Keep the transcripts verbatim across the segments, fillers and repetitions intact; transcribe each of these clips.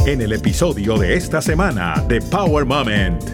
en el episodio de esta semana de Power Moment.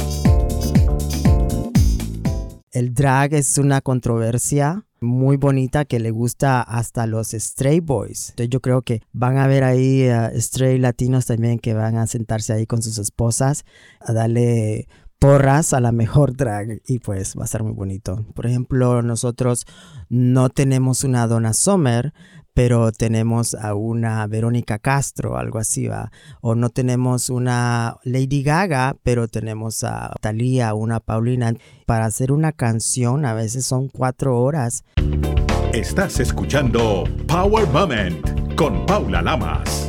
El drag es una controversia muy bonita que le gusta hasta los straight boys. Entonces yo creo que van a ver ahí uh, straight latinos también que van a sentarse ahí con sus esposas a darle porras a la mejor drag y pues va a estar muy bonito. Por ejemplo, nosotros no tenemos una Donna Summer, pero tenemos a una Verónica Castro, algo así, ¿va? O no tenemos una Lady Gaga, pero tenemos a Thalía, una Paulina. Para hacer una canción a veces son cuatro horas. Estás escuchando Power Moment con Paula Lamas.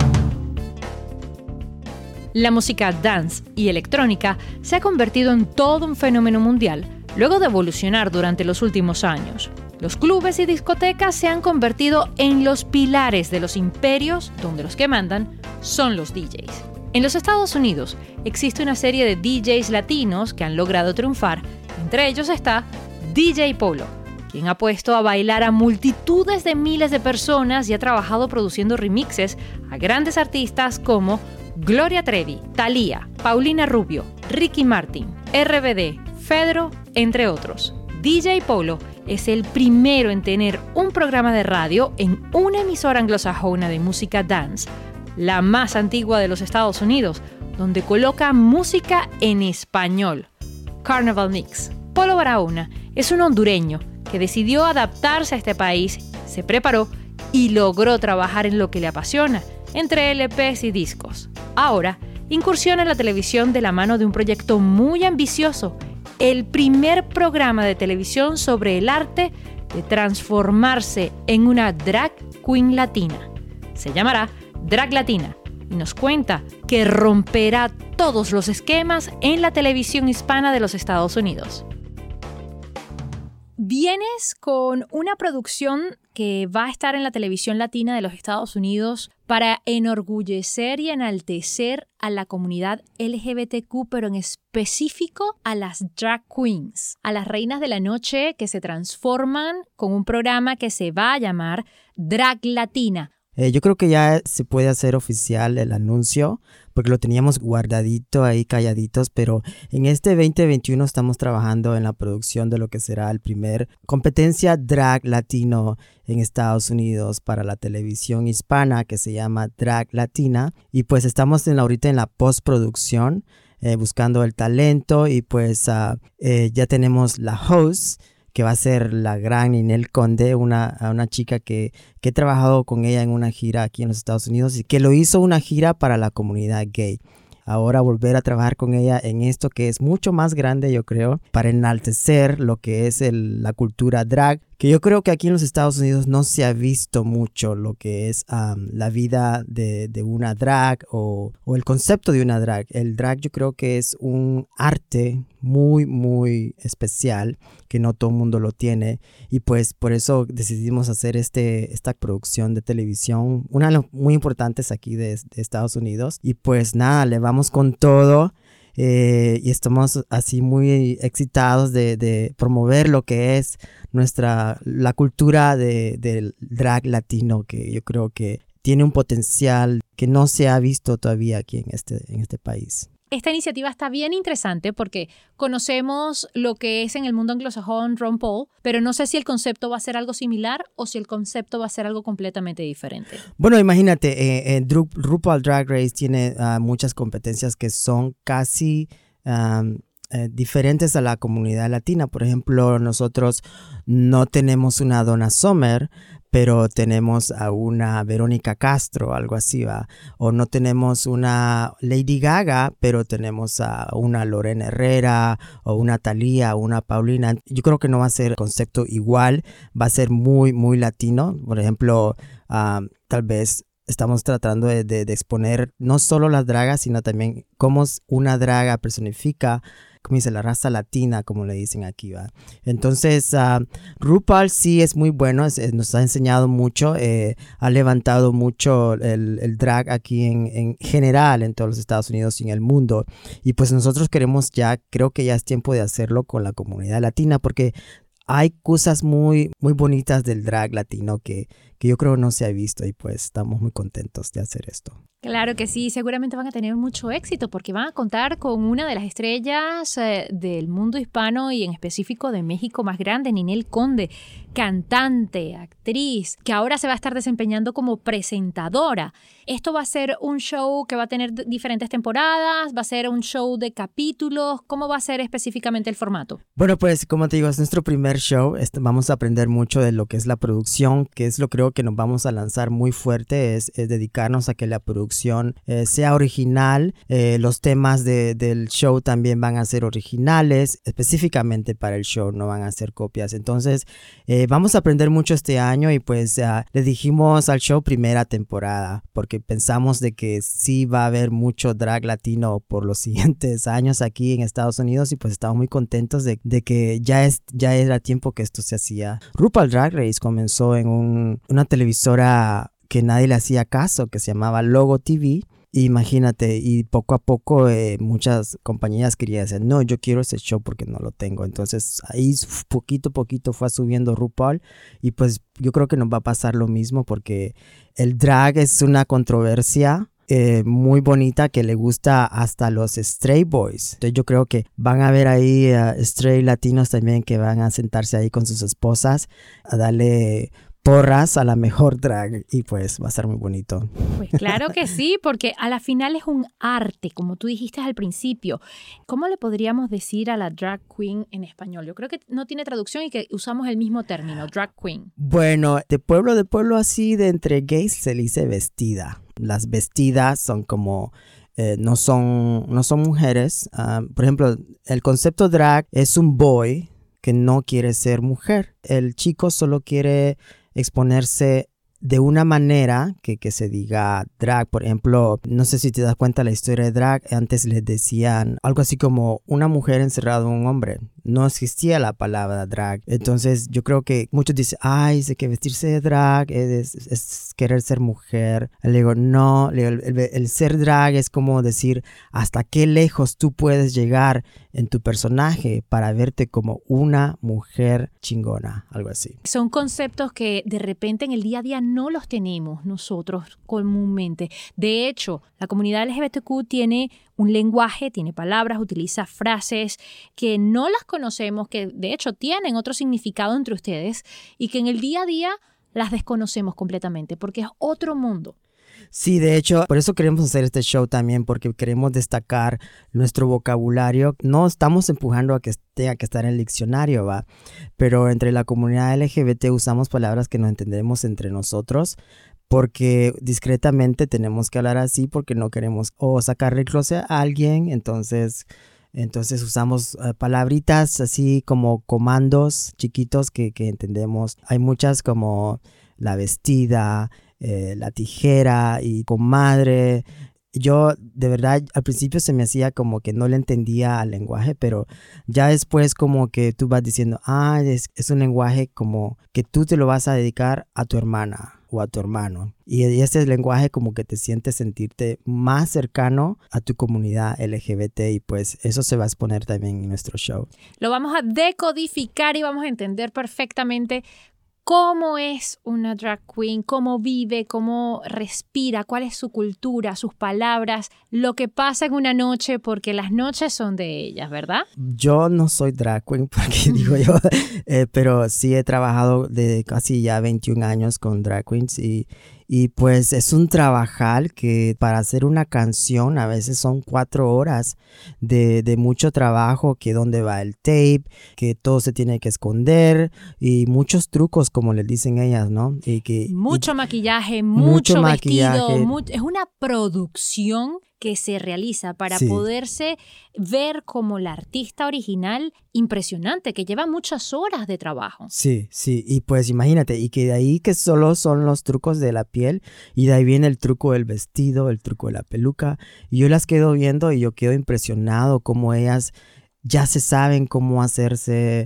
La música dance y electrónica se ha convertido en todo un fenómeno mundial, luego de evolucionar durante los últimos años. Los clubes y discotecas se han convertido en los pilares de los imperios donde los que mandan son los D Js. En los Estados Unidos existe una serie de D Js latinos que han logrado triunfar. Entre ellos está D J Polo, quien ha puesto a bailar a multitudes de miles de personas y ha trabajado produciendo remixes a grandes artistas como Gloria Trevi, Thalía, Paulina Rubio, Ricky Martin, R B D, Fedro, entre otros. D J Polo es el primero en tener un programa de radio en una emisora anglosajona de música dance, la más antigua de los Estados Unidos, donde coloca música en español, Carnival Mix. Polo Barahona es un hondureño que decidió adaptarse a este país, se preparó y logró trabajar en lo que le apasiona, entre L Pes y discos. Ahora incursiona en la televisión de la mano de un proyecto muy ambicioso, el primer programa de televisión sobre el arte de transformarse en una drag queen latina. Se llamará Drag Latina y nos cuenta que romperá todos los esquemas en la televisión hispana de los Estados Unidos. Vienes con una producción que va a estar en la televisión latina de los Estados Unidos para enorgullecer y enaltecer a la comunidad L G B T Q, pero en específico a las drag queens, a las reinas de la noche que se transforman con un programa que se va a llamar Drag Latina. Eh, yo creo que ya se puede hacer oficial el anuncio porque lo teníamos guardadito ahí calladitos, pero en este veinte veintiuno estamos trabajando en la producción de lo que será el primer competencia drag latino en Estados Unidos para la televisión hispana que se llama Drag Latina y pues estamos en, ahorita en la postproducción eh, buscando el talento y pues uh, eh, ya tenemos la host que va a ser la gran Ninel Conde, una, una chica que, que he trabajado con ella en una gira aquí en los Estados Unidos y que lo hizo una gira para la comunidad gay. Ahora volver a trabajar con ella en esto que es mucho más grande, yo creo, para enaltecer lo que es el, la cultura drag, que yo creo que aquí en los Estados Unidos no se ha visto mucho lo que es um, la vida de, de una drag o, o el concepto de una drag. El drag yo creo que es un arte muy, muy especial que no todo el mundo lo tiene y pues por eso decidimos hacer este, esta producción de televisión, una de las muy importantes aquí de, de Estados Unidos y pues nada, le vamos con todo. Eh, y estamos así muy excitados de, de promover lo que es nuestra la cultura de, del drag latino, que yo creo que tiene un potencial que no se ha visto todavía aquí en este, en este país. Esta iniciativa está bien interesante porque conocemos lo que es en el mundo anglosajón RuPaul, pero no sé si el concepto va a ser algo similar o si el concepto va a ser algo completamente diferente. Bueno, imagínate, eh, eh, Dru- RuPaul Drag Race tiene uh, muchas competencias que son casi um, eh, diferentes a la comunidad latina. Por ejemplo, nosotros no tenemos una Donna Summer, pero tenemos a una Verónica Castro, algo así, ¿va? O no tenemos una Lady Gaga, pero tenemos a una Lorena Herrera, o una Thalía, o una Paulina. Yo creo que no va a ser concepto igual, va a ser muy, muy latino. Por ejemplo, um, tal vez estamos tratando de, de, de exponer no solo las dragas, sino también cómo una draga personifica, como dice, la raza latina, como le dicen aquí, ¿va? Entonces, uh, RuPaul sí es muy bueno, es, es, nos ha enseñado mucho, eh, ha levantado mucho el, el drag aquí en, en general en todos los Estados Unidos y en el mundo. Y pues nosotros queremos ya, creo que ya es tiempo de hacerlo con la comunidad latina, porque hay cosas muy, muy bonitas del drag latino que, que yo creo no se ha visto y pues estamos muy contentos de hacer esto. Claro que sí, seguramente van a tener mucho éxito porque van a contar con una de las estrellas eh, del mundo hispano y en específico de México más grande, Ninel Conde, cantante, actriz, que ahora se va a estar desempeñando como presentadora. Esto va a ser un show que va a tener diferentes temporadas, va a ser un show de capítulos. ¿Cómo va a ser específicamente el formato? Bueno, pues como te digo, es nuestro primer show. Este, vamos a aprender mucho de lo que es la producción, que es lo creo que nos vamos a lanzar muy fuerte, es, es dedicarnos a que la producción Eh, sea original. Eh, los temas de, del show también van a ser originales, específicamente para el show, no van a ser copias. Entonces, eh, vamos a aprender mucho este año y pues uh, le dijimos al show primera temporada, porque pensamos de que sí va a haber mucho drag latino por los siguientes años aquí en Estados Unidos y pues estamos muy contentos de, de que ya, es, ya era tiempo que esto se hacía. RuPaul Drag Race comenzó en un, una televisora que nadie le hacía caso, que se llamaba Logo T V. Imagínate, y poco a poco eh, muchas compañías querían decir, no, yo quiero ese show porque no lo tengo. Entonces ahí poquito a poquito fue subiendo RuPaul y pues yo creo que nos va a pasar lo mismo porque el drag es una controversia eh, muy bonita que le gusta hasta a los straight boys. Entonces yo creo que van a ver ahí uh, straight latinos también que van a sentarse ahí con sus esposas a darle porras a la mejor drag y pues va a ser muy bonito. Pues claro que sí, porque a la final es un arte, como tú dijiste al principio. ¿Cómo le podríamos decir a la drag queen en español? Yo creo que no tiene traducción y que usamos el mismo término, drag queen. Bueno, de pueblo de pueblo así de entre gays se le dice vestida. Las vestidas son como eh, no son no son mujeres. Uh, por ejemplo, el concepto drag es un boy que no quiere ser mujer. El chico solo quiere exponerse de una manera que, que se diga drag. Por ejemplo, no sé si te das cuenta la historia de drag, antes les decían algo así como una mujer encerrada en un hombre. No existía la palabra drag. Entonces yo creo que muchos dicen, ay, sé que vestirse de drag es, es, es querer ser mujer. Le digo, no, le digo, el, el, el ser drag es como decir hasta qué lejos tú puedes llegar en tu personaje para verte como una mujer chingona, algo así. Son conceptos que de repente en el día a día no los tenemos nosotros comúnmente. De hecho, la comunidad L G B T Q tiene un lenguaje, tiene palabras, utiliza frases que no las conocemos, que de hecho tienen otro significado entre ustedes y que en el día a día las desconocemos completamente porque es otro mundo. Sí, de hecho, por eso queremos hacer este show también, porque queremos destacar nuestro vocabulario. No estamos empujando a que tenga que estar en el diccionario, ¿va? Pero entre la comunidad L G B T usamos palabras que no entendemos entre nosotros, porque discretamente tenemos que hablar así porque no queremos o sacarle closet a alguien, entonces... Entonces usamos uh, palabritas así como comandos chiquitos que, que entendemos. Hay muchas como la vestida, eh, la tijera y comadre. Yo de verdad al principio se me hacía como que no le entendía al lenguaje, pero ya después como que tú vas diciendo, ah, es, es un lenguaje como que tú te lo vas a dedicar a tu hermana o a tu hermano. Y ese lenguaje como que te sientes sentirte más cercano a tu comunidad L G B T y pues eso se va a exponer también en nuestro show. Lo vamos a decodificar y vamos a entender perfectamente cómo es una drag queen, cómo vive, cómo respira, cuál es su cultura, sus palabras, lo que pasa en una noche, porque las noches son de ellas, ¿verdad? Yo no soy drag queen, porque digo yo, eh, pero sí he trabajado de casi ya veintiún años con drag queens y, y pues es un trabajal que para hacer una canción a veces son cuatro horas de, de mucho trabajo, que dónde va el tape, que todo se tiene que esconder y muchos trucos como les dicen ellas, ¿no? Y que, mucho y, maquillaje, mucho, mucho vestido, maquillaje. Mu- es una producción que se realiza para Sí. poderse ver como la artista original impresionante, que lleva muchas horas de trabajo. Sí, sí, y pues imagínate, y que de ahí que solo son los trucos de la piel, y de ahí viene el truco del vestido, el truco de la peluca, y yo las quedo viendo y yo quedo impresionado cómo ellas ya se saben cómo hacerse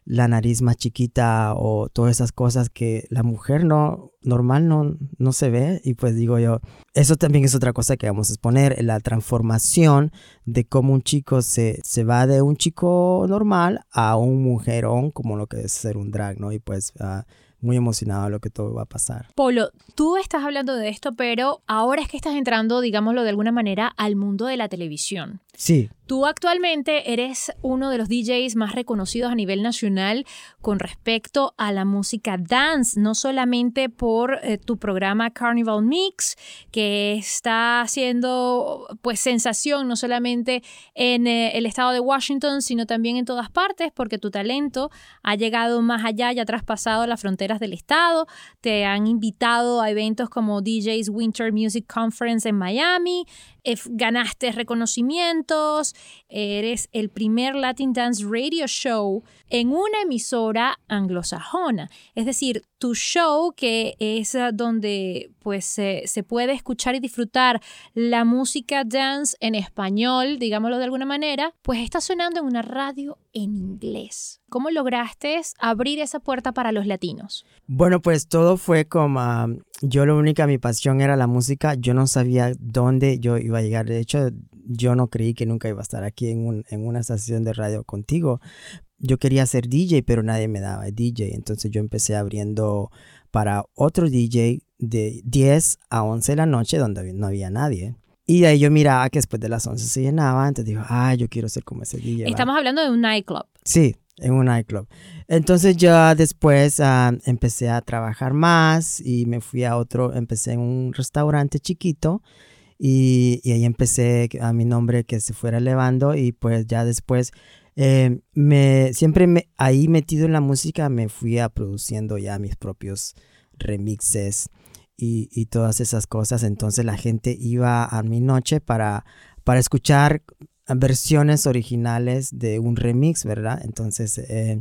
la nariz más chiquita o todas esas cosas que la mujer no normal no, no se ve. Y pues digo yo, eso también es otra cosa que vamos a exponer, la transformación de cómo un chico se, se va de un chico normal a un mujerón, como lo que es ser un drag, ¿no? Y pues uh, muy emocionado de lo que todo va a pasar. Polo, tú estás hablando de esto, pero ahora es que estás entrando, digámoslo de alguna manera, al mundo de la televisión. Sí. Tú actualmente eres uno de los D Js más reconocidos a nivel nacional con respecto a la música dance, no solamente por eh, tu programa Carnival Mix, que está haciendo pues sensación no solamente en eh, el estado de Washington, sino también en todas partes, porque tu talento ha llegado más allá y ha traspasado las fronteras del estado. Te han invitado a eventos como D J's Winter Music Conference en Miami, eh, ganaste reconocimientos. Eres el primer Latin Dance Radio Show en una emisora anglosajona. Es decir, tu show, que es donde pues, se, se puede escuchar y disfrutar la música dance en español, digámoslo de alguna manera, pues está sonando en una radio en inglés. ¿Cómo lograste abrir esa puerta para los latinos? Bueno, pues todo fue como... Um, yo lo única, mi pasión era la música. Yo no sabía dónde yo iba a llegar. De hecho, yo no creí que nunca iba a estar aquí en, un, en una estación de radio contigo. Yo quería ser D J, pero nadie me daba D J. Entonces yo empecé abriendo para otro D J de diez a once de la noche donde no había nadie. Y de ahí yo miraba que después de las once se llenaba. Entonces digo, ah, yo quiero ser como ese D J. Estamos ¿va? hablando de un nightclub. Sí, en un nightclub. Entonces ya después uh, empecé a trabajar más y me fui a otro, empecé en un restaurante chiquito. Y, y ahí empecé a mi nombre que se fuera elevando y pues ya después eh, me, siempre me, ahí metido en la música me fui a produciendo ya mis propios remixes y, y todas esas cosas. Entonces la gente iba a mi noche para, para escuchar versiones originales de un remix, ¿verdad? Entonces eh,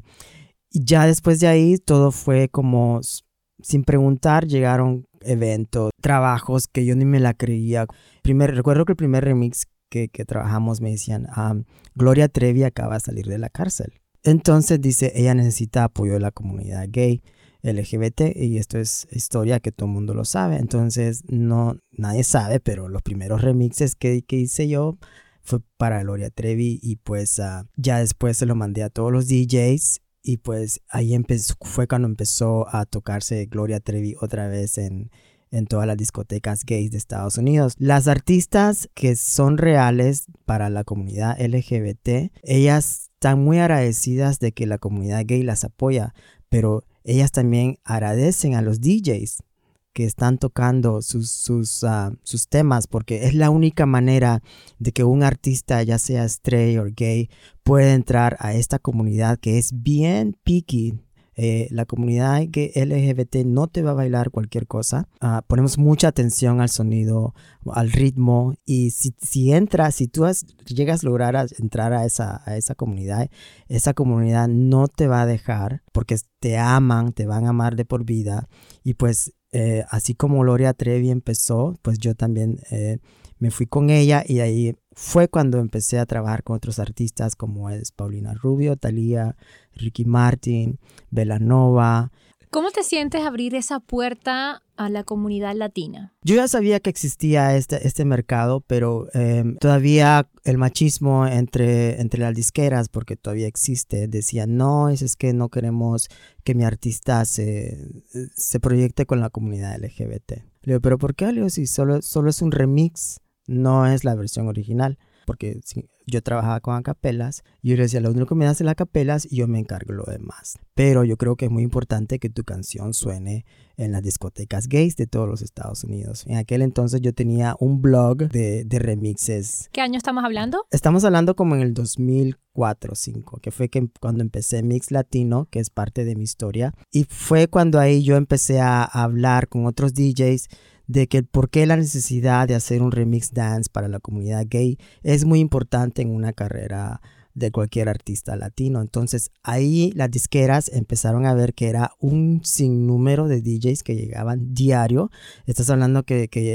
ya después de ahí todo fue como sin preguntar, llegaron eventos, trabajos que yo ni me la creía. Primer, recuerdo que el primer remix que, que trabajamos me decían, um, Gloria Trevi acaba de salir de la cárcel. Entonces dice, ella necesita apoyo de la comunidad gay, L G B T, y esto es historia que todo el mundo lo sabe. Entonces no, nadie sabe, pero los primeros remixes que, que hice yo fue para Gloria Trevi y pues uh, ya después se lo mandé a todos los D Js. Y pues ahí empezó, fue cuando empezó a tocarse Gloria Trevi otra vez en, en todas las discotecas gays de Estados Unidos. Las artistas que son reales para la comunidad L G B T, ellas están muy agradecidas de que la comunidad gay las apoya, pero ellas también agradecen a los D Js que están tocando sus, sus, uh, sus temas, porque es la única manera de que un artista, ya sea straight o gay, puede entrar a esta comunidad que es bien picky. Eh, la comunidad gay L G B T no te va a bailar cualquier cosa. Uh, ponemos mucha atención al sonido, al ritmo, y si, si entras, si tú has, llegas a lograr a entrar a esa, a esa comunidad, esa comunidad no te va a dejar, porque te aman, te van a amar de por vida. Y pues Eh, así como Gloria Trevi empezó, pues yo también eh, me fui con ella y ahí fue cuando empecé a trabajar con otros artistas como es Paulina Rubio, Thalía, Ricky Martin, Belanova. ¿Cómo te sientes abrir esa puerta a la comunidad latina? Yo ya sabía que existía este, este mercado, pero eh, todavía el machismo entre, entre las disqueras, porque todavía existe, decían, no, es, es que no queremos que mi artista se, se proyecte con la comunidad L G B T. Le digo, ¿pero por qué? Le digo, si solo, solo es un remix, no es la versión original. Porque si, yo trabajaba con acapelas y yo le decía, lo único que me das es las acapelas y yo me encargo de lo demás. Pero yo creo que es muy importante que tu canción suene en las discotecas gays de todos los Estados Unidos. En aquel entonces yo tenía un blog de, de remixes. ¿Qué año estamos hablando? Estamos hablando como en el dos mil cuatro o dos mil cinco, que fue que cuando empecé Mix Latino, que es parte de mi historia. Y fue cuando ahí yo empecé a, a hablar con otros D Js de que por qué la necesidad de hacer un remix dance para la comunidad gay es muy importante en una carrera de cualquier artista latino. Entonces ahí las disqueras empezaron a ver que era un sinnúmero de D Js que llegaban diario. Estás hablando que, que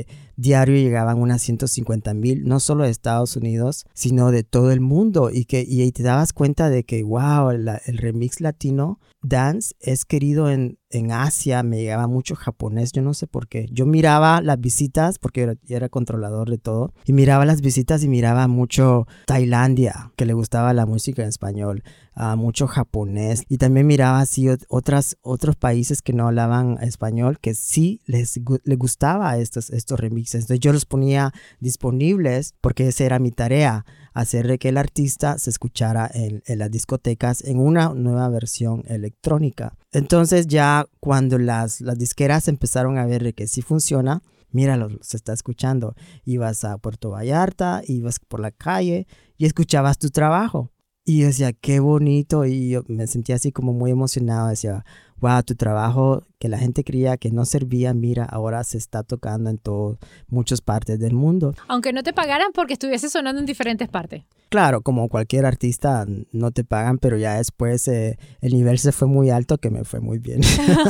diario llegaban unas ciento cincuenta mil, no solo de Estados Unidos, sino de todo el mundo. Y que y te dabas cuenta de que, wow, la, el remix latino dance es querido en, en Asia. Me llegaba mucho japonés, yo no sé por qué. Yo miraba las visitas, porque yo era, yo era controlador de todo, y miraba las visitas y miraba mucho Tailandia, que le gustaba la música en español, uh, mucho japonés. Y también miraba así otras, otros países que no hablaban español, que sí les, les gustaba estos, estos remixes. Entonces yo los ponía disponibles porque esa era mi tarea, hacer de que el artista se escuchara en, en las discotecas en una nueva versión electrónica. Entonces ya cuando las, las disqueras empezaron a ver de que sí funciona, míralo, se está escuchando. Ibas a Puerto Vallarta, ibas por la calle y escuchabas tu trabajo. Y yo decía, qué bonito, y yo me sentía así como muy emocionado. Decía, wow, tu trabajo que la gente creía que no servía, mira, ahora se está tocando en todo, muchas partes del mundo. Aunque no te pagaran porque estuviese sonando en diferentes partes. Claro, como cualquier artista, no te pagan, pero ya después eh, el nivel se fue muy alto, que me fue muy bien.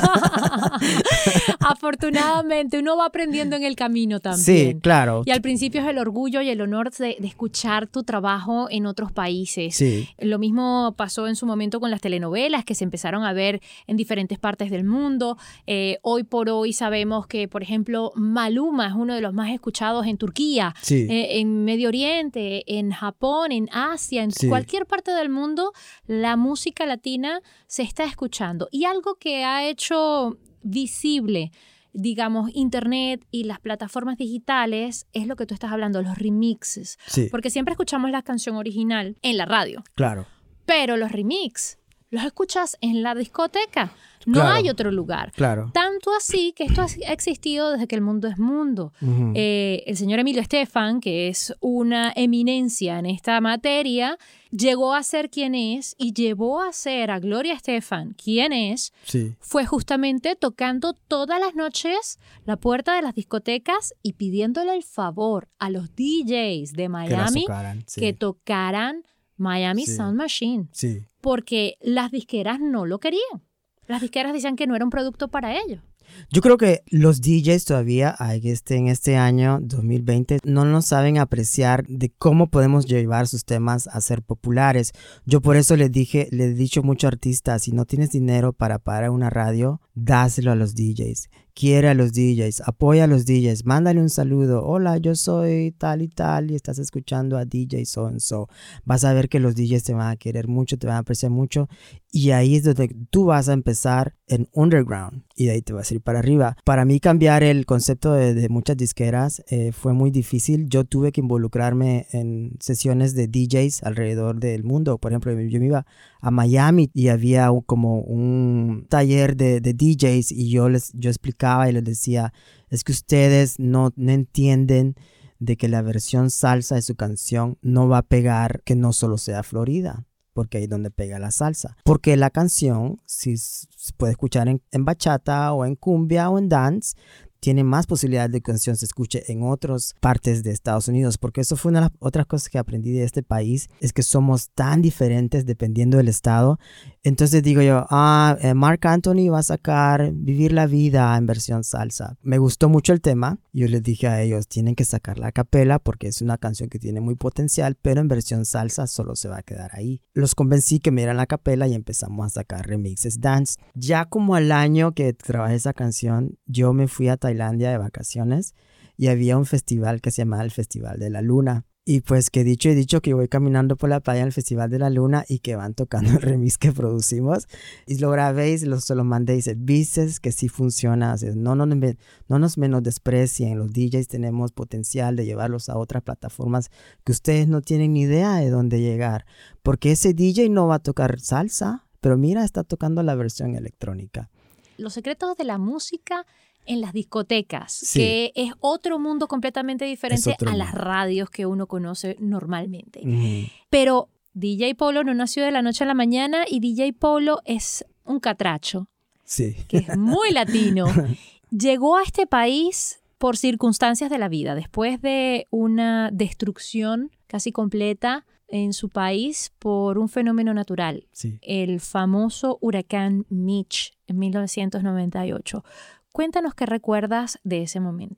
Afortunadamente, uno va aprendiendo en el camino también. Sí, claro. Y al principio es el orgullo y el honor de, de escuchar tu trabajo en otros países. Sí. Lo mismo pasó en su momento con las telenovelas que se empezaron a ver en diferentes partes del mundo. Eh, hoy por hoy sabemos que, por ejemplo, Maluma es uno de los más escuchados en Turquía, Sí. eh, en Medio Oriente, en Japón, en Asia, en Sí. cualquier parte del mundo, la música latina se está escuchando. Y algo que ha hecho visible, digamos, internet y las plataformas digitales es lo que tú estás hablando, los remixes. Sí. Porque siempre escuchamos la canción original en la radio, Claro. pero los remix los escuchas en la discoteca. No Claro. hay otro lugar. Claro. Tanto así que esto ha existido desde que el mundo es mundo. Uh-huh. Eh, el señor Emilio Estefan, que es una eminencia en esta materia, llegó a ser quien es y llevó a ser a Gloria Estefan quien es, Sí. fue justamente tocando todas las noches la puerta de las discotecas y pidiéndole el favor a los D Js de Que las Miami tocaran, sí. que tocaran Miami Sí. Sound Machine. Sí. Porque las disqueras no lo querían. Las disqueras decían que no era un producto para ellos. Yo creo que los D Js todavía este, en este año dos mil veinte no nos saben apreciar de cómo podemos llevar sus temas a ser populares. Yo por eso les dije, les he dicho a muchos artistas, si no tienes dinero para pagar una radio, dáselo a los D Js. Quiere a los D Js, apoya a los D Js, mándale un saludo. Hola, yo soy tal y tal y estás escuchando a D J so and so. Vas a ver que los D Js te van a querer mucho, te van a apreciar mucho y ahí es donde tú vas a empezar en underground y de ahí te vas a ir para arriba. Para mí cambiar el concepto de, de muchas disqueras eh, fue muy difícil. Yo tuve que involucrarme en sesiones de D Js alrededor del mundo. Por ejemplo, yo me iba a Miami y había un, como un taller de, de D Js y yo les yo explicaba y les decía, es que ustedes no, no entienden de que la versión salsa de su canción no va a pegar que no solo sea Florida, porque ahí es donde pega la salsa. Porque la canción, si se puede escuchar en, en bachata o en cumbia o en dance, tiene más posibilidades de que la canción se escuche en otras partes de Estados Unidos, porque eso fue una de las otras cosas que aprendí de este país, es que somos tan diferentes dependiendo del estado. Entonces digo yo, ah, eh, Marc Anthony va a sacar Vivir la Vida en versión salsa. Me gustó mucho el tema. Yo les dije a ellos, tienen que sacarla a capela porque es una canción que tiene muy potencial, pero en versión salsa solo se va a quedar ahí. Los convencí que me dieran la capela y empezamos a sacar remixes dance. Ya como al año que trabajé esa canción, yo me fui a Tailandia de vacaciones y había un festival que se llamaba el Festival de la Luna. Y pues que dicho y dicho que voy caminando por la playa en el Festival de la Luna y que van tocando el remix que producimos. Y lo grabé y lo, se lo mandé y dice, ¿vistes que sí funciona? O sea, no, no, no nos menosprecien, los D Js tenemos potencial de llevarlos a otras plataformas que ustedes no tienen ni idea de dónde llegar. Porque ese D J no va a tocar salsa, pero mira, está tocando la versión electrónica. Los secretos de la música en las discotecas, sí. que es otro mundo completamente diferente a mundo. Las radios que uno conoce normalmente. Uh-huh. Pero D J Polo no nació de la noche a la mañana y D J Polo es un catracho, sí. que es muy latino. Llegó a este país por circunstancias de la vida, después de una destrucción casi completa en su país por un fenómeno natural, sí. el famoso huracán Mitch en mil novecientos noventa y ocho. Cuéntanos qué recuerdas de ese momento.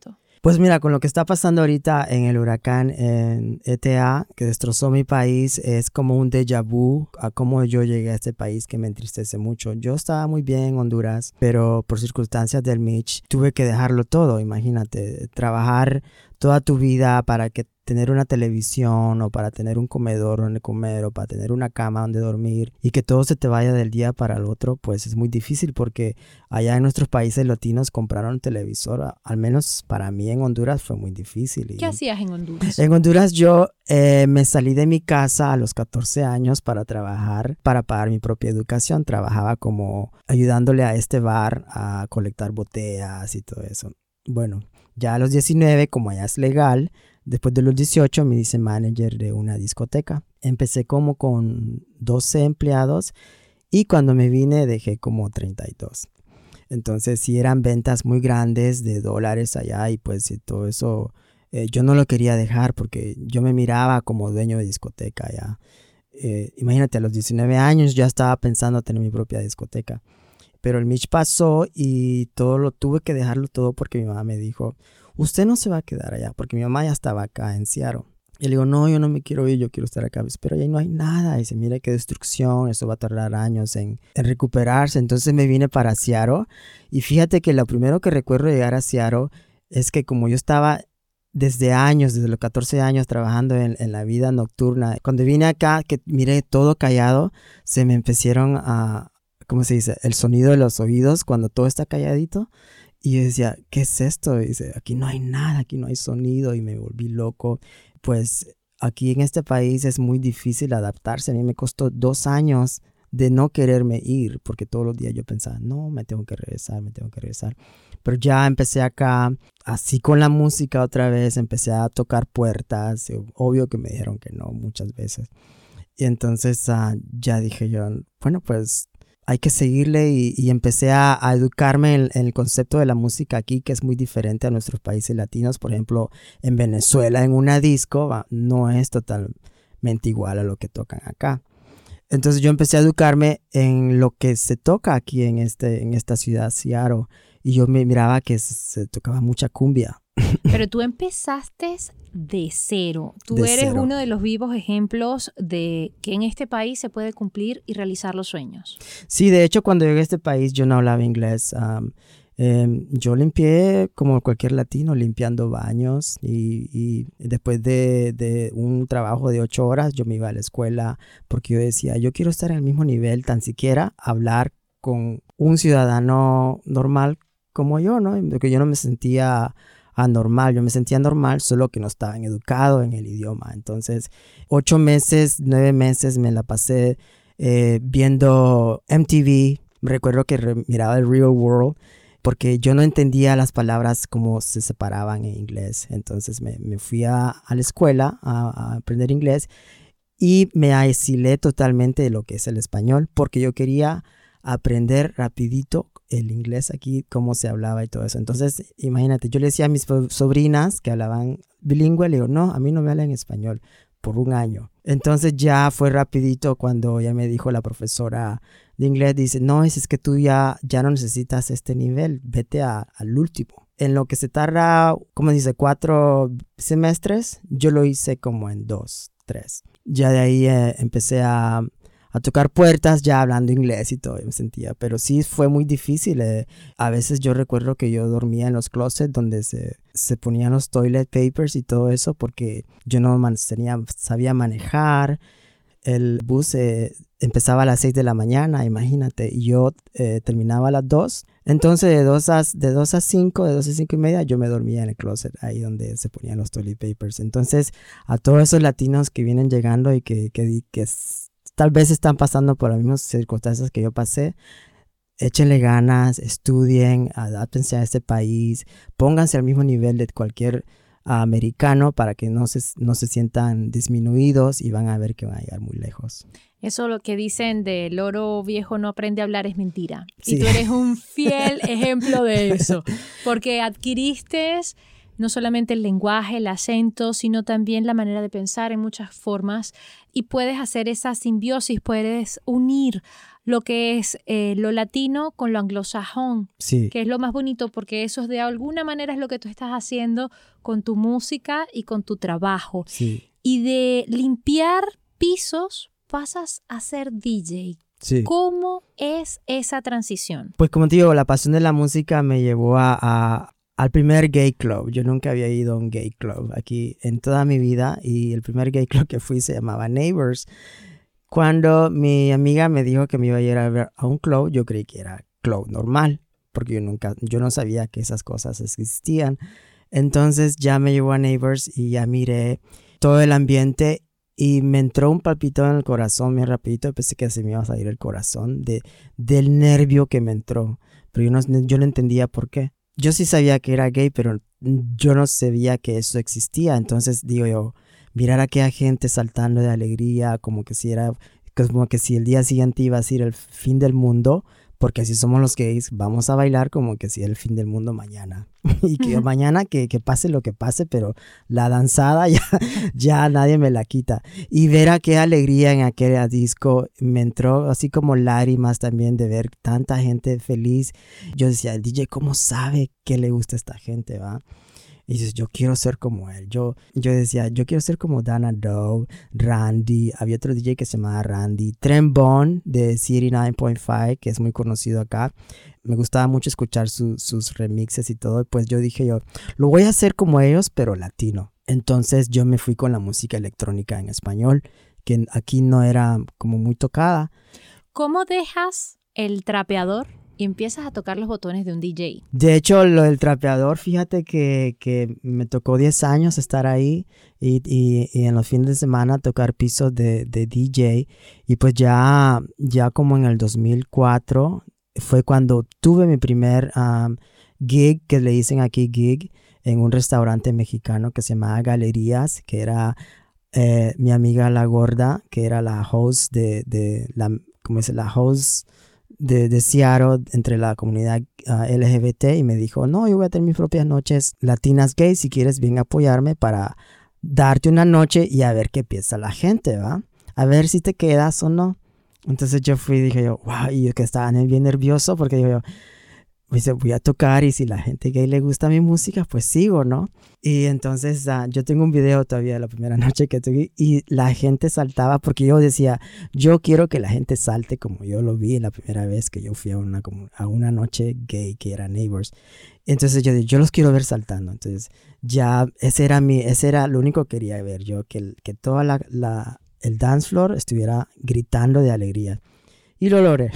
Pues mira, con lo que está pasando ahorita en el huracán en E T A, que destrozó mi país, es como un déjà vu a cómo yo llegué a este país que me entristece mucho. Yo estaba muy bien en Honduras, pero por circunstancias del Mitch tuve que dejarlo todo. Imagínate, trabajar toda tu vida para que tener una televisión o para tener un comedor donde comer o para tener una cama donde dormir y que todo se te vaya del día para el otro, pues es muy difícil porque allá en nuestros países latinos compraron televisor, al menos para mí en Honduras fue muy difícil. Y ¿qué hacías en Honduras? En Honduras yo eh, me salí de mi casa a los catorce años para trabajar, para pagar mi propia educación. Trabajaba como ayudándole a este bar a colectar botellas y todo eso. Bueno, ya a los diecinueve, como allá es legal, después de los dieciocho me hice manager de una discoteca. Empecé como con doce empleados y cuando me vine dejé como treinta y dos. Entonces sí eran ventas muy grandes de dólares allá y pues y todo eso eh, yo no lo quería dejar porque yo me miraba como dueño de discoteca allá. Eh, imagínate, a los diecinueve años ya estaba pensando tener mi propia discoteca. Pero el Mitch pasó y todo lo tuve que dejarlo todo porque mi mamá me dijo, usted no se va a quedar allá, porque mi mamá ya estaba acá en Seattle. Y le digo, no, yo no me quiero ir, yo quiero estar acá. Pero ahí no hay nada. Y dice, mira qué destrucción, eso va a tardar años en, en recuperarse. Entonces me vine para Seattle. Y fíjate que lo primero que recuerdo de llegar a Seattle es que como yo estaba desde años, desde los catorce años trabajando en, en la vida nocturna, cuando vine acá, que miré todo callado, se me empezaron a... ¿cómo se dice? El sonido de los oídos cuando todo está calladito. Y yo decía, ¿qué es esto? Y dice, aquí no hay nada, aquí no hay sonido. Y me volví loco. Pues aquí en este país es muy difícil adaptarse. A mí me costó dos años de no quererme ir. Porque todos los días yo pensaba, no, me tengo que regresar, me tengo que regresar. Pero ya empecé acá, así con la música otra vez. Empecé a tocar puertas. Obvio que me dijeron que no muchas veces. Y entonces uh, ya dije yo, bueno, pues... hay que seguirle y, y empecé a, a educarme en, en el concepto de la música aquí, que es muy diferente a nuestros países latinos. Por ejemplo, en Venezuela, en una disco, va, no es totalmente igual a lo que tocan acá. Entonces yo empecé a educarme en lo que se toca aquí en, este, en esta ciudad, Seattle. Y yo me miraba que se, se tocaba mucha cumbia. Pero tú empezaste de cero. Tú De eres cero. uno de los vivos ejemplos de que en este país se puede cumplir y realizar los sueños. Sí, de hecho, cuando llegué a este país yo no hablaba inglés. Um, eh, yo limpié como cualquier latino, limpiando baños. Y, y después de, de un trabajo de ocho horas, yo me iba a la escuela porque yo decía, yo quiero estar en el mismo nivel, tan siquiera hablar con un ciudadano normal como yo, ¿no? Porque yo no me sentía anormal, yo me sentía normal, solo que no estaba educado en el idioma. Entonces, ocho meses, nueve meses me la pasé eh, viendo M T V. Recuerdo que re- miraba el Real World porque yo no entendía las palabras como se separaban en inglés. Entonces me, me fui a, a la escuela a, a aprender inglés y me aislé totalmente de lo que es el español porque yo quería aprender rapidito el inglés aquí, cómo se hablaba y todo eso. Entonces, imagínate, yo le decía a mis sobrinas que hablaban bilingüe, le digo, no, a mí no me hablan español por un año. Entonces ya fue rapidito cuando ya me dijo la profesora de inglés, dice, no, es, es que tú ya, ya no necesitas este nivel, vete a, al último. En lo que se tarda, como dice, cuatro semestres, yo lo hice como en dos, tres. Ya de ahí eh, empecé a... a tocar puertas ya hablando inglés y todo, yo me sentía, pero sí fue muy difícil. Eh. A veces yo recuerdo que yo dormía en los closets donde se, se ponían los toilet papers y todo eso porque yo no man, tenía, sabía manejar. El bus eh, empezaba a las seis de la mañana, imagínate, y yo eh, terminaba a las dos. Entonces de dos a, de dos a cinco, de dos a cinco y media, yo me dormía en el closet, ahí donde se ponían los toilet papers. Entonces a todos esos latinos que vienen llegando y que, que, que tal vez están pasando por las mismas circunstancias que yo pasé, échenle ganas, estudien, adáptense a este país, pónganse al mismo nivel de cualquier uh, americano para que no se, no se sientan disminuidos y van a ver que van a llegar muy lejos. Eso lo que dicen de loro viejo no aprende a hablar es mentira. Sí. Y tú eres un fiel ejemplo de eso, porque adquiriste no solamente el lenguaje, el acento, sino también la manera de pensar en muchas formas y puedes hacer esa simbiosis, puedes unir lo que es eh, lo latino con lo anglosajón, Sí. que es lo más bonito porque eso de alguna manera es lo que tú estás haciendo con tu música y con tu trabajo. Sí. Y de limpiar pisos pasas a ser D J. Sí. ¿Cómo es esa transición? Pues como te digo, la pasión de la música me llevó a, a, al primer gay club. Yo nunca había ido a un gay club aquí en toda mi vida y el primer gay club que fui se llamaba Neighbors. Cuando mi amiga me dijo que me iba a ir a ver a un club, yo creí que era club normal, porque yo nunca, yo no sabía que esas cosas existían. Entonces ya me llevó a Neighbors y ya miré todo el ambiente. Y me entró un palpito en el corazón bien rapidito. Pensé que se me iba a salir el corazón de, del nervio que me entró. Pero yo no, yo no entendía por qué. Yo sí sabía que era gay, pero yo no sabía que eso existía. Entonces digo yo, mirar a aquella gente saltando de alegría, como que si era, como que si el día siguiente iba a ser el fin del mundo. Porque si somos los gays, vamos a bailar como que si es el fin del mundo mañana. Y que mañana que, que pase lo que pase, pero la danzada ya, ya nadie me la quita. Y ver a qué alegría en aquel disco me entró así como lágrimas también de ver tanta gente feliz. Yo decía, el D J, ¿cómo sabe que le gusta a esta gente, va? Y dices, yo quiero ser como él. Yo, yo decía, yo quiero ser como Dana Doe, Randy. Había otro D J que se llamaba Randy. Trent Bond de C ochenta y nueve punto cinco, que es muy conocido acá. Me gustaba mucho escuchar su, sus remixes y todo. Pues yo dije yo, lo voy a hacer como ellos, pero latino. Entonces yo me fui con la música electrónica en español, que aquí no era como muy tocada. ¿Cómo dejas el trapeador y empiezas a tocar los botones de un D J? De hecho, lo del trapeador, fíjate que, que me tocó diez años estar ahí y, y, y en los fines de semana tocar pisos de, de D J. Y pues ya, ya como en el dos mil cuatro fue cuando tuve mi primer um, gig, que le dicen aquí gig, en un restaurante mexicano que se llamaba Galerías, que era eh, mi amiga La Gorda, que era la host de, de la, ¿cómo dice? La host de, de Seattle entre la comunidad uh, L G B T, y me dijo, no, yo voy a tener mis propias noches latinas gays, si quieres ven a apoyarme para darte una noche y a ver qué piensa la gente, ¿va? A ver si te quedas o no. Entonces yo fui y dije yo, wow, y yo que estaba bien nervioso porque yo, yo pues, voy a tocar y si la gente gay le gusta mi música, pues sigo, ¿no? Y entonces uh, yo tengo un video todavía de la primera noche que tuve y la gente saltaba porque yo decía, yo quiero que la gente salte como yo lo vi la primera vez que yo fui a una, a una noche gay que era Neighbors. Entonces yo dije, yo los quiero ver saltando. Entonces ya ese era, mi, ese era lo único que quería ver yo, que, que toda la, la, el dance floor estuviera gritando de alegría. Y lo logré.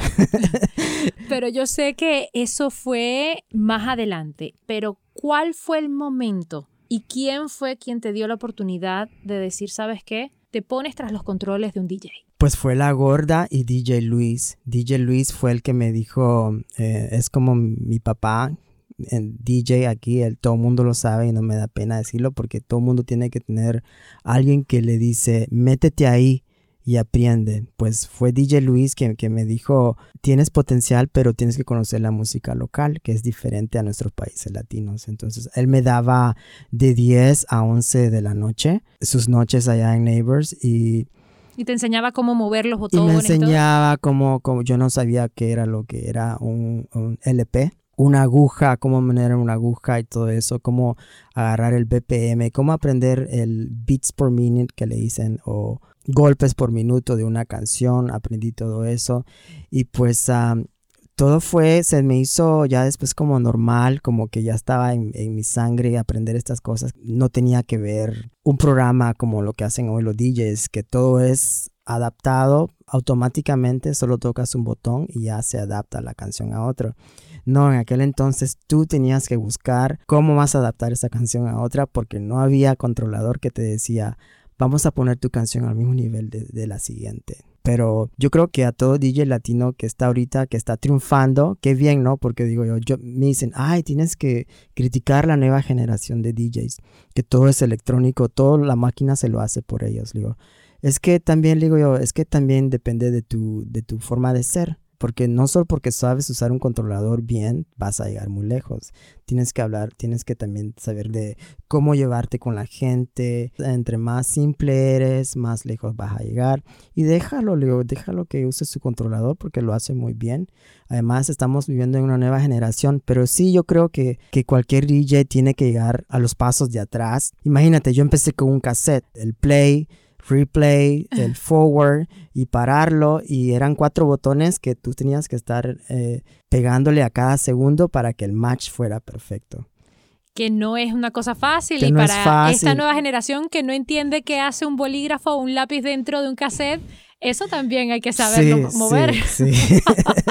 Pero yo sé que eso fue más adelante. Pero ¿cuál fue el momento? ¿Y quién fue quien te dio la oportunidad de decir, ¿sabes qué? Te pones tras los controles de un D J. Pues fue La Gorda y D J Luis. D J Luis fue el que me dijo, eh, es como mi papá, el D J aquí, el, todo el mundo lo sabe y no me da pena decirlo porque todo el mundo tiene que tener alguien que le dice, métete ahí y aprende. Pues fue D J Luis que, que me dijo, tienes potencial, pero tienes que conocer la música local, que es diferente a nuestros países latinos. Entonces, él me daba de diez a once de la noche, sus noches allá en Neighbors, y... Y te enseñaba cómo mover los botones. Y me enseñaba cómo, cómo, yo no sabía qué era lo que era un, un L P. Una aguja, cómo manejar una aguja y todo eso, cómo agarrar el B P M, cómo aprender el beats per minute que le dicen o golpes por minuto de una canción. Aprendí todo eso y pues um, todo fue, se me hizo ya después como normal, como que ya estaba en, en mi sangre aprender estas cosas. No tenía que ver un programa como lo que hacen hoy los D Js, que todo es adaptado automáticamente, solo tocas un botón y ya se adapta la canción a otro. No, en aquel entonces tú tenías que buscar cómo vas a adaptar esa canción a otra porque no había controlador que te decía, vamos a poner tu canción al mismo nivel de, de la siguiente. Pero yo creo que a todo D J latino que está ahorita, que está triunfando, qué bien, ¿no? Porque digo yo, yo me dicen, ay, tienes que criticar la nueva generación de D Js, que todo es electrónico, toda la máquina se lo hace por ellos. Digo, es que también, digo yo, es que también depende de tu, de tu forma de ser. porque no solo porque sabes usar un controlador bien vas a llegar muy lejos. Tienes que hablar, tienes que también saber de cómo llevarte con la gente. Entre más simple eres, más lejos vas a llegar. Y déjalo, Leo, déjalo que use su controlador porque lo hace muy bien. Además, estamos viviendo en una nueva generación, pero sí yo creo que, que cualquier D J tiene que llegar a los pasos de atrás. Imagínate, yo empecé con un cassette, el play, replay, el forward y pararlo, y eran cuatro botones que tú tenías que estar eh, pegándole a cada segundo para que el match fuera perfecto. Que no es una cosa fácil, que y no para es fácil. Esta nueva generación que no entiende qué hace un bolígrafo o un lápiz dentro de un cassette, eso también hay que saberlo sí, mover. Sí, sí.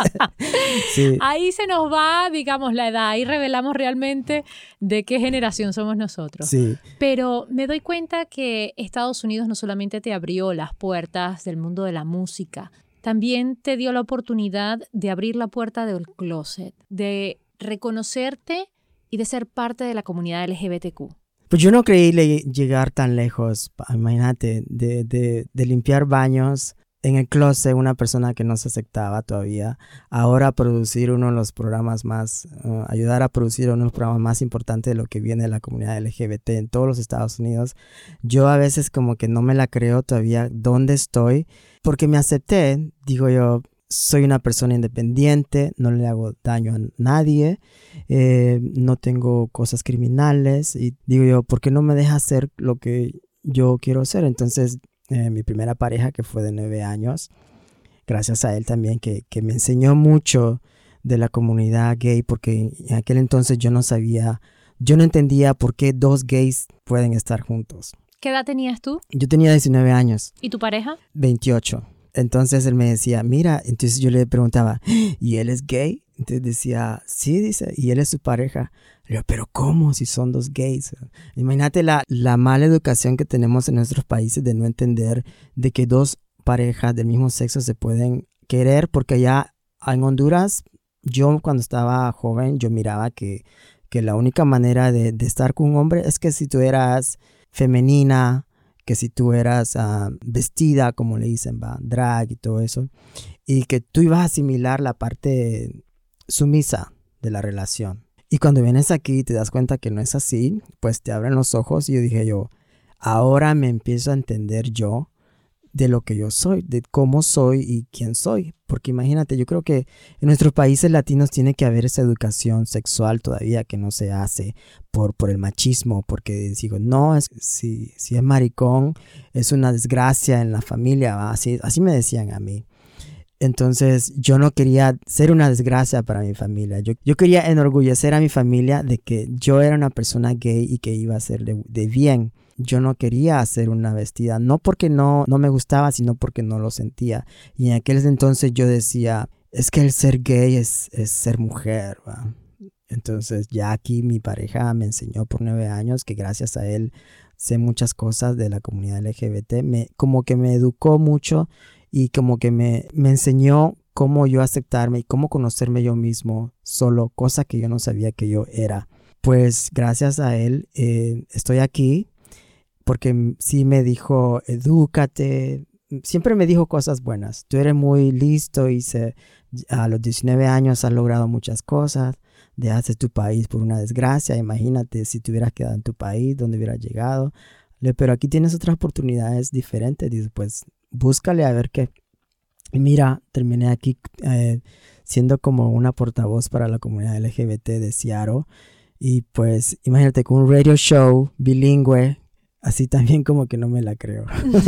sí. Ahí se nos va, digamos, la edad. Ahí revelamos realmente de qué generación somos nosotros. Sí. Pero me doy cuenta que Estados Unidos no solamente te abrió las puertas del mundo de la música, también te dio la oportunidad de abrir la puerta del closet, de reconocerte y de ser parte de la comunidad L G B T Q. Pues yo no creí le- llegar tan lejos, imagínate, de, de, de limpiar baños en el closet, una persona que no se aceptaba todavía, ahora producir uno de los programas más, uh, ayudar a producir uno de los programas más importantes de lo que viene de la comunidad L G B T en todos los Estados Unidos. Yo a veces como que no me la creo todavía dónde estoy, porque me acepté, digo yo, soy una persona independiente, no le hago daño a nadie, eh, no tengo cosas criminales, y digo yo, ¿por qué no me deja hacer lo que yo quiero hacer? Entonces, eh, mi primera pareja, que fue de nueve años, gracias a él también, que, que me enseñó mucho de la comunidad gay, porque en aquel entonces yo no sabía, yo no entendía por qué dos gays pueden estar juntos. ¿Qué edad tenías tú? Yo tenía diecinueve años. ¿Y tu pareja? veintiocho. Entonces él me decía, mira, entonces yo le preguntaba, ¿y él es gay? Entonces decía, sí, dice, y él es su pareja. Le digo, pero ¿cómo si son dos gays? Imagínate la, la mala educación que tenemos en nuestros países de no entender de que dos parejas del mismo sexo se pueden querer, porque allá en Honduras, yo cuando estaba joven, yo miraba que, que la única manera de, de estar con un hombre es que si tú eras femenina, que si tú eras uh, vestida, como le dicen, va, drag y todo eso, y que tú ibas a asimilar la parte sumisa de la relación. Y cuando vienes aquí y te das cuenta que no es así, pues te abren los ojos, y yo dije yo, ahora me empiezo a entender yo de lo que yo soy, de cómo soy y quién soy. Porque imagínate, yo creo que en nuestros países latinos tiene que haber esa educación sexual todavía que no se hace por, por el machismo, porque digo, no, es, si, si es maricón es una desgracia en la familia, ¿va? Así, así me decían a mí. Entonces yo no quería ser una desgracia para mi familia. Yo, yo quería enorgullecer a mi familia de que yo era una persona gay y que iba a ser de, de bien. Yo no quería hacer una vestida, no porque no, no me gustaba, sino porque no lo sentía. Y en aquel entonces yo decía, es que el ser gay es, es ser mujer, ¿va? Entonces ya aquí mi pareja me enseñó por nueve años, que gracias a él sé muchas cosas de la comunidad L G B T. Me, como que me educó mucho y como que me, me enseñó cómo yo aceptarme y cómo conocerme yo mismo solo, cosa que yo no sabía que yo era. Pues gracias a él eh, estoy aquí. Porque sí me dijo, edúcate, siempre me dijo cosas buenas. Tú eres muy listo y se, a los diecinueve años has logrado muchas cosas. Dejaste tu país por una desgracia. Imagínate si te hubieras quedado en tu país, donde hubieras llegado. Pero aquí tienes otras oportunidades diferentes. Dice, pues búscale a ver qué. Y mira, terminé aquí eh, siendo como una portavoz para la comunidad L G B T de Seattle. Y pues imagínate con un radio show bilingüe. Así también como que no me la creo.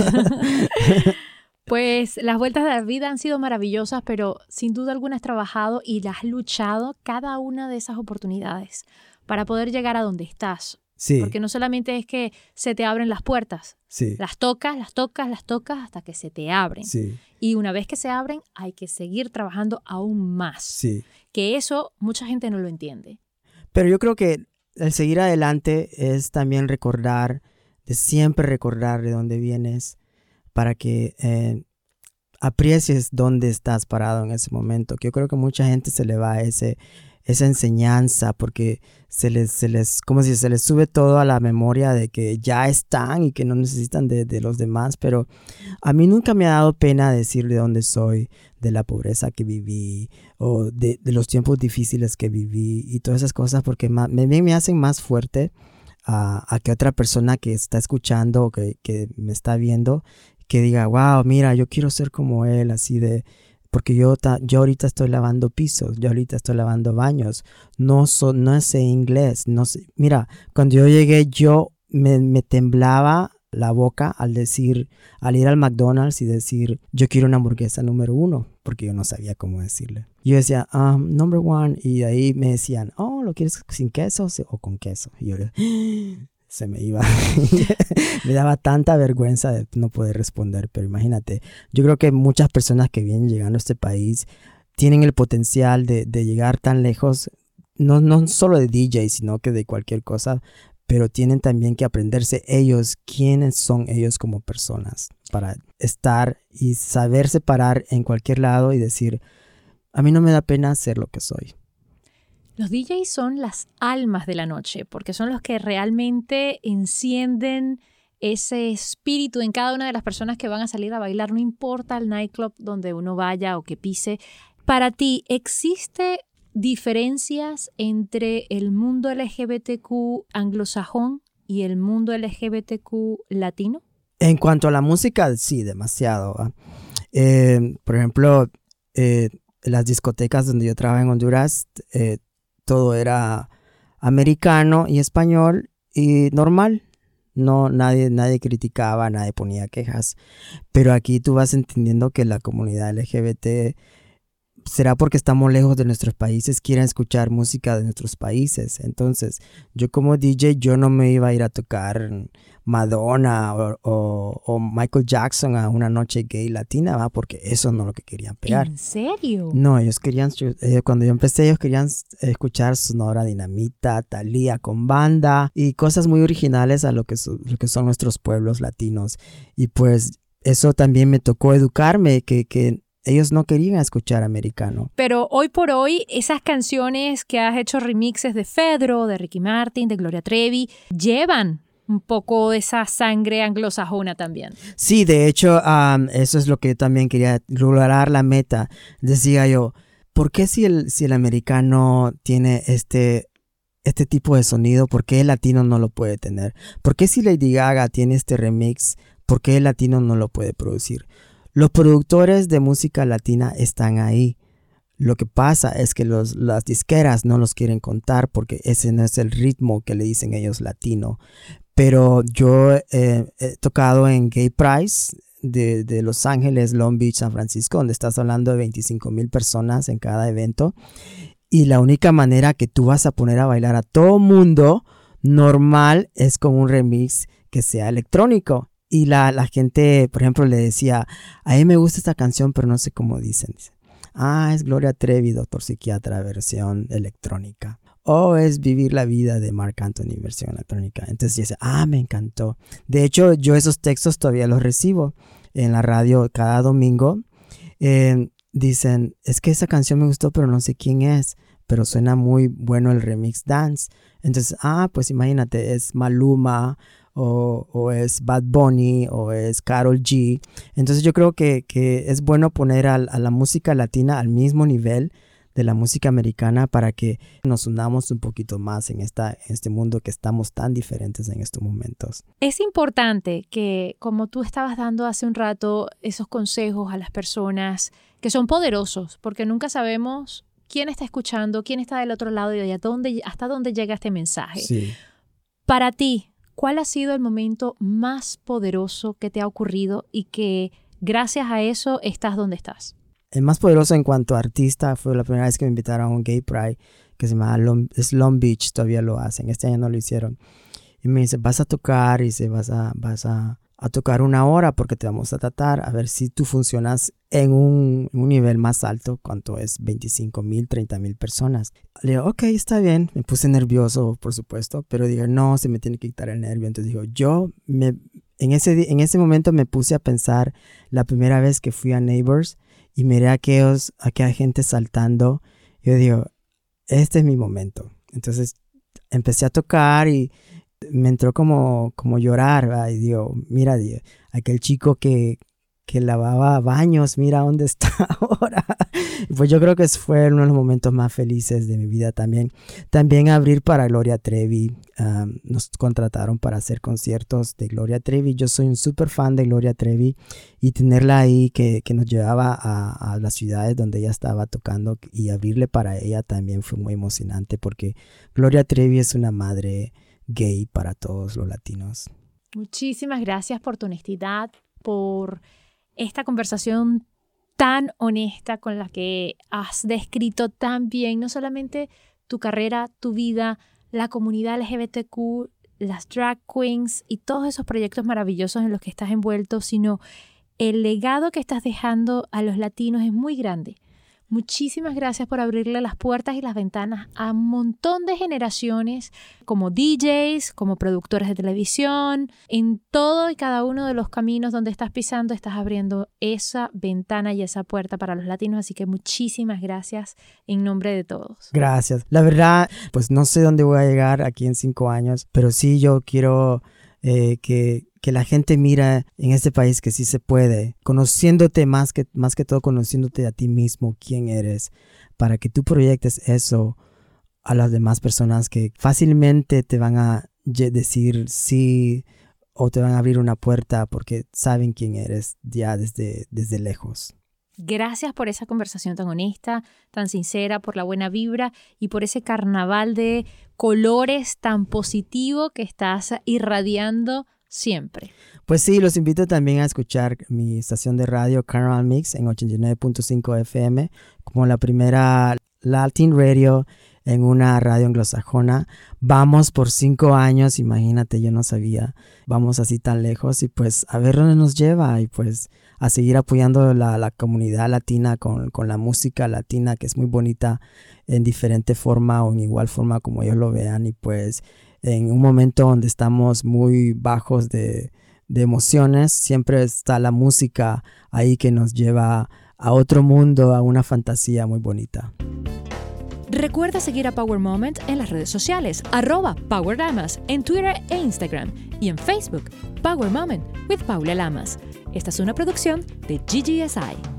Pues las vueltas de la vida han sido maravillosas, pero sin duda alguna has trabajado y las has luchado cada una de esas oportunidades para poder llegar a donde estás. Sí. Porque no solamente es que se te abren las puertas, sí. las tocas, las tocas, las tocas hasta que se te abren. Sí. Y una vez que se abren, hay que seguir trabajando aún más. Sí. Que eso mucha gente no lo entiende. Pero yo creo que el seguir adelante es también recordar, de siempre recordar de dónde vienes para que eh, aprecies dónde estás parado en ese momento. Que yo creo que mucha gente se le va ese, esa enseñanza, porque se les, se les, como si se les sube todo a la memoria de que ya están y que no necesitan de, de los demás, pero a mí nunca me ha dado pena decir de dónde soy, de la pobreza que viví, o de, de los tiempos difíciles que viví y todas esas cosas, porque me, me, me hacen más fuerte a, a que otra persona que está escuchando o que, que me está viendo, que diga, wow, mira, yo quiero ser como él, así de... Porque yo, ta, yo ahorita estoy lavando pisos, yo ahorita estoy lavando baños, no, so, no sé inglés, no sé. Mira, cuando yo llegué yo me, me temblaba la boca al decir, al ir al McDonald's y decir, yo quiero una hamburguesa número uno, porque yo no sabía cómo decirle. Yo decía, um, number one, y de ahí me decían, oh, ¿lo quieres sin queso o con queso? Y yo se me iba, me daba tanta vergüenza de no poder responder, pero imagínate, yo creo que muchas personas que vienen llegando a este país tienen el potencial de, de llegar tan lejos, no, no solo de D J, sino que de cualquier cosa, pero tienen también que aprenderse ellos, quiénes son ellos como personas, para estar y saberse parar en cualquier lado y decir, a mí no me da pena ser lo que soy. Los D Js son las almas de la noche, porque son los que realmente encienden ese espíritu en cada una de las personas que van a salir a bailar, no importa el nightclub donde uno vaya o que pise. Para ti, ¿existe diferencias entre el mundo L G B T Q anglosajón y el mundo L G B T Q latino? En cuanto a la música, sí, demasiado. Eh, por ejemplo, eh, las discotecas donde yo trabajaba en Honduras, eh, todo era americano y español y normal. No, nadie, nadie criticaba, nadie ponía quejas. Pero aquí tú vas entendiendo que la comunidad L G B T, será porque estamos lejos de nuestros países, quieren escuchar música de nuestros países. Entonces, yo como D J, yo no me iba a ir a tocar Madonna o, o, o Michael Jackson a una noche gay latina, ¿va? Porque eso no es lo que querían pegar. ¿En serio? No, ellos querían, eh, cuando yo empecé, ellos querían escuchar Sonora Dinamita, Thalía con banda y cosas muy originales a lo que, so, lo que son nuestros pueblos latinos. Y pues eso también me tocó educarme, que, que ellos no querían escuchar americano. Pero hoy por hoy, esas canciones que has hecho remixes de Fedro, de Ricky Martin, de Gloria Trevi, llevan un poco de esa sangre anglosajona también. Sí, de hecho, um, eso es lo que yo también quería lograr la meta. Decía yo, ¿por qué si el, si el americano tiene este, este tipo de sonido, por qué el latino no lo puede tener? ¿Por qué si Lady Gaga tiene este remix, por qué el latino no lo puede producir? Los productores de música latina están ahí. Lo que pasa es que los, las disqueras no los quieren contar porque ese no es el ritmo que le dicen ellos latino. Pero yo eh, he tocado en Gay Price de, de Los Ángeles, Long Beach, San Francisco, donde estás hablando de veinticinco mil personas en cada evento. Y la única manera que tú vas a poner a bailar a todo mundo normal es con un remix que sea electrónico. Y la, la gente, por ejemplo, le decía, a mí me gusta esta canción, pero no sé cómo dicen. Dice, ah, es Gloria Trevi, Doctor Psiquiatra, versión electrónica. O es Vivir la Vida de Marc Anthony, versión electrónica. Entonces dice, ah, me encantó. De hecho, yo esos textos todavía los recibo en la radio cada domingo. Eh, dicen, es que esa canción me gustó, pero no sé quién es. Pero suena muy bueno el remix dance. Entonces, ah, pues imagínate, es Maluma, o, o es Bad Bunny, o es Karol G. Entonces yo creo que, que es bueno poner a, a la música latina al mismo nivel de la música americana para que nos unamos un poquito más en, esta, en este mundo que estamos tan diferentes en estos momentos. Es importante que, como tú estabas dando hace un rato, esos consejos a las personas que son poderosos, porque nunca sabemos quién está escuchando, quién está del otro lado y hasta dónde, hasta dónde llega este mensaje. Sí. Para ti, ¿cuál ha sido el momento más poderoso que te ha ocurrido y que gracias a eso estás donde estás? El más poderoso en cuanto a artista fue la primera vez que me invitaron a un Gay Pride que se llama Long, es Long Beach, todavía lo hacen, este año no lo hicieron. Y me dice, vas a tocar, y se vas a, vas a, a tocar una hora porque te vamos a tratar a ver si tú funcionas en un, un nivel más alto, cuanto es veinticinco mil, treinta mil personas. Le digo, ok, está bien. Me puse nervioso, por supuesto, pero dije, no, se me tiene que quitar el nervio. Entonces digo, yo me, en, ese, en ese momento me puse a pensar la primera vez que fui a Neighbors y miré a aquellos, a aquella gente saltando. Yo digo, este es mi momento. Entonces empecé a tocar y me entró como, como llorar. Ay, Dios, mira, Dios, aquel chico que, que lavaba baños, mira dónde está ahora. Pues yo creo que fue uno de los momentos más felices de mi vida también. También abrir para Gloria Trevi. Um, nos contrataron para hacer conciertos de Gloria Trevi. Yo soy un súper fan de Gloria Trevi y tenerla ahí que, que nos llevaba a, a las ciudades donde ella estaba tocando y abrirle para ella también fue muy emocionante porque Gloria Trevi es una madre gay para todos los latinos. Muchísimas gracias por tu honestidad, por esta conversación tan honesta con la que has descrito tan bien, no solamente tu carrera, tu vida, la comunidad L G B T Q, las drag queens y todos esos proyectos maravillosos en los que estás envuelto, sino el legado que estás dejando a los latinos es muy grande. Muchísimas gracias por abrirle las puertas y las ventanas a un montón de generaciones como D Js, como productores de televisión. En todo y cada uno de los caminos donde estás pisando estás abriendo esa ventana y esa puerta para los latinos. Así que muchísimas gracias en nombre de todos. Gracias. La verdad, pues no sé dónde voy a llegar aquí en cinco años, pero sí yo quiero eh, que... que la gente mira en este país que sí se puede, conociéndote más que, más que todo, conociéndote a ti mismo, quién eres, para que tú proyectes eso a las demás personas que fácilmente te van a decir sí o te van a abrir una puerta porque saben quién eres ya desde, desde lejos. Gracias por esa conversación tan honesta, tan sincera, por la buena vibra y por ese carnaval de colores tan positivo que estás irradiando siempre. Pues sí, los invito también a escuchar mi estación de radio Carnaval Mix en ochenta y nueve punto cinco F M como la primera Latin Radio en una radio anglosajona. Vamos por cinco años, imagínate, yo no sabía. Vamos así tan lejos y pues a ver dónde nos lleva y pues a seguir apoyando la, la comunidad latina con, con la música latina que es muy bonita en diferente forma o en igual forma como ellos lo vean y pues en un momento donde estamos muy bajos de, de emociones, siempre está la música ahí que nos lleva a otro mundo, a una fantasía muy bonita. Recuerda seguir a Power Moment en las redes sociales, arroba Power Lamas, en Twitter e Instagram, y en Facebook, Power Moment with Paula Lamas. Esta es una producción de G G S I.